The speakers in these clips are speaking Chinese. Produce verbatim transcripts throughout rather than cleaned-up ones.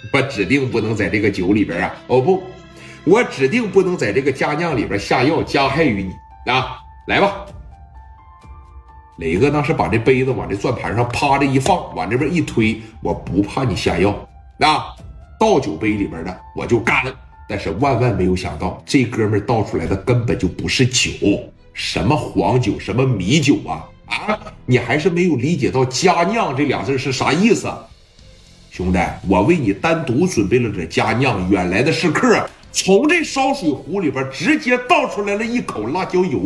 我指定不能在这个酒里边啊，哦不，我指定不能在这个佳酿里边下药加害于你啊！来吧。磊哥当时把这杯子往这转盘上啪的一放，往这边一推，我不怕你下药啊，倒酒杯里边的我就干。但是万万没有想到，这哥们倒出来的根本就不是酒，什么黄酒，什么米酒啊啊！你还是没有理解到佳酿这俩字是啥意思。兄弟，我为你单独准备了这佳酿，远来的食客从这烧水壶里边直接倒出来了一口辣椒油。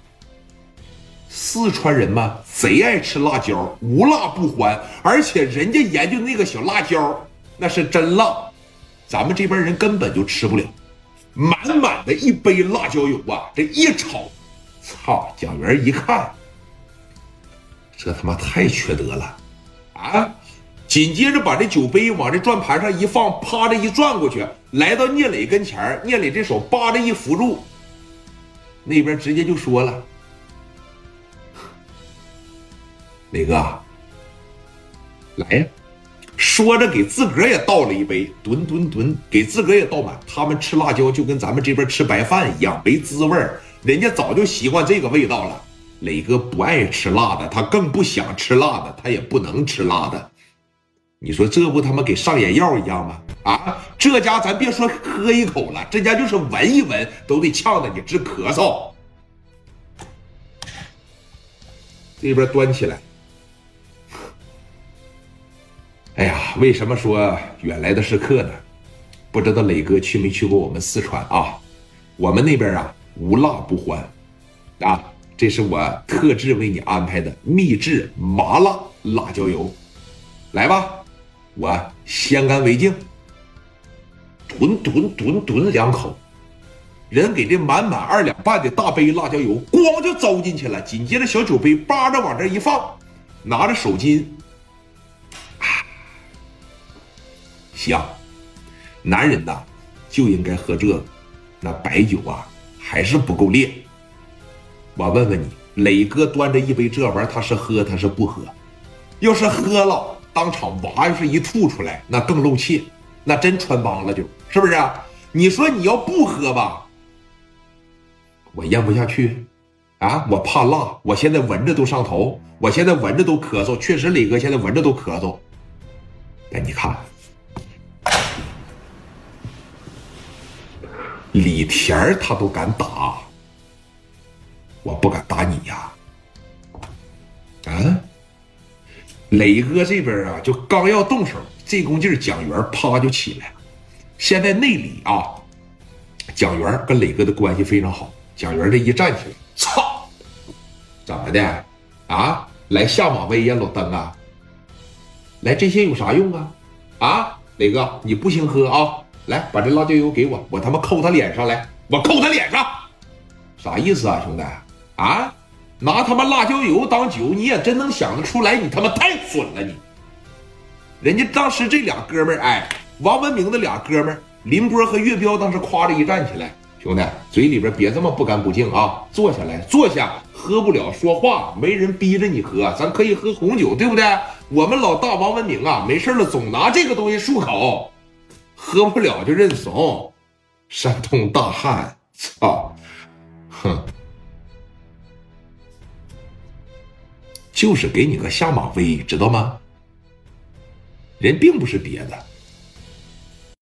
四川人嘛，贼爱吃辣椒，无辣不欢，而且人家研究那个小辣椒，那是真辣，咱们这边人根本就吃不了。满满的一杯辣椒油啊，这一炒，操！蒋元一看，这他妈太缺德了啊！紧接着把这酒杯往这转盘上一放，啪的一转过去，来到聂磊跟前，聂磊这手扒着一扶住，那边直接就说了：“磊哥，来呀！”说着给自个儿也倒了一杯，吨吨吨，给自个儿也倒满。他们吃辣椒就跟咱们这边吃白饭一样，没滋味儿，人家早就习惯这个味道了。磊哥不爱吃辣的，他更不想吃辣的，他也不能吃辣的。你说这不他妈给上眼药一样吗？啊，这家咱别说喝一口了，这家就是闻一闻都得呛得你直咳嗽。这边端起来，哎呀，为什么说远来的是客呢？不知道磊哥去没去过我们四川啊？我们那边啊无辣不欢啊，这是我特制为你安排的秘制麻辣辣椒油，来吧。我先干为敬，吨吨吨吨两口，人给这满满二两半的大杯辣椒油咣就糟进去了。紧接着小酒杯扒着往这一放，拿着手巾，啊，香。男人呐就应该喝这个，那白酒啊还是不够烈。我问问你，磊哥端着一杯这玩意儿，他是喝他是不喝？要是喝了，当场哇要是一吐出来，那更漏气，那真穿帮了就，是不是啊？你说你要不喝吧，我咽不下去啊，我怕辣，我现在闻着都上头，我现在闻着都咳嗽，确实磊哥现在闻着都咳嗽。但你看李田他都敢打，我不敢打你呀。啊，磊哥这边啊就刚要动手，这功劲儿蒋元啪就起来了。现在内里啊，蒋元跟磊哥的关系非常好。蒋元这一站起来，操，怎么的啊？来下马威呀，老登啊！来这些有啥用啊？啊，磊哥你不行喝啊！来把这辣椒油给我，我他妈扣他脸上来，我扣他脸上，啥意思啊，兄弟啊？拿他妈辣椒油当酒，你也真能想得出来，你他妈太损了你！人家当时这俩哥们儿，哎，王文明的俩哥们儿，林波和岳彪当时夸着一站起来，兄弟嘴里边别这么不干不净啊，坐下来，坐下，喝不了说话，没人逼着你喝，咱可以喝红酒，对不对？我们老大王文明啊，没事了总拿这个东西漱口，喝不了就认怂，山东大汉，操，哼。就是给你个下马威，知道吗？人并不是别的，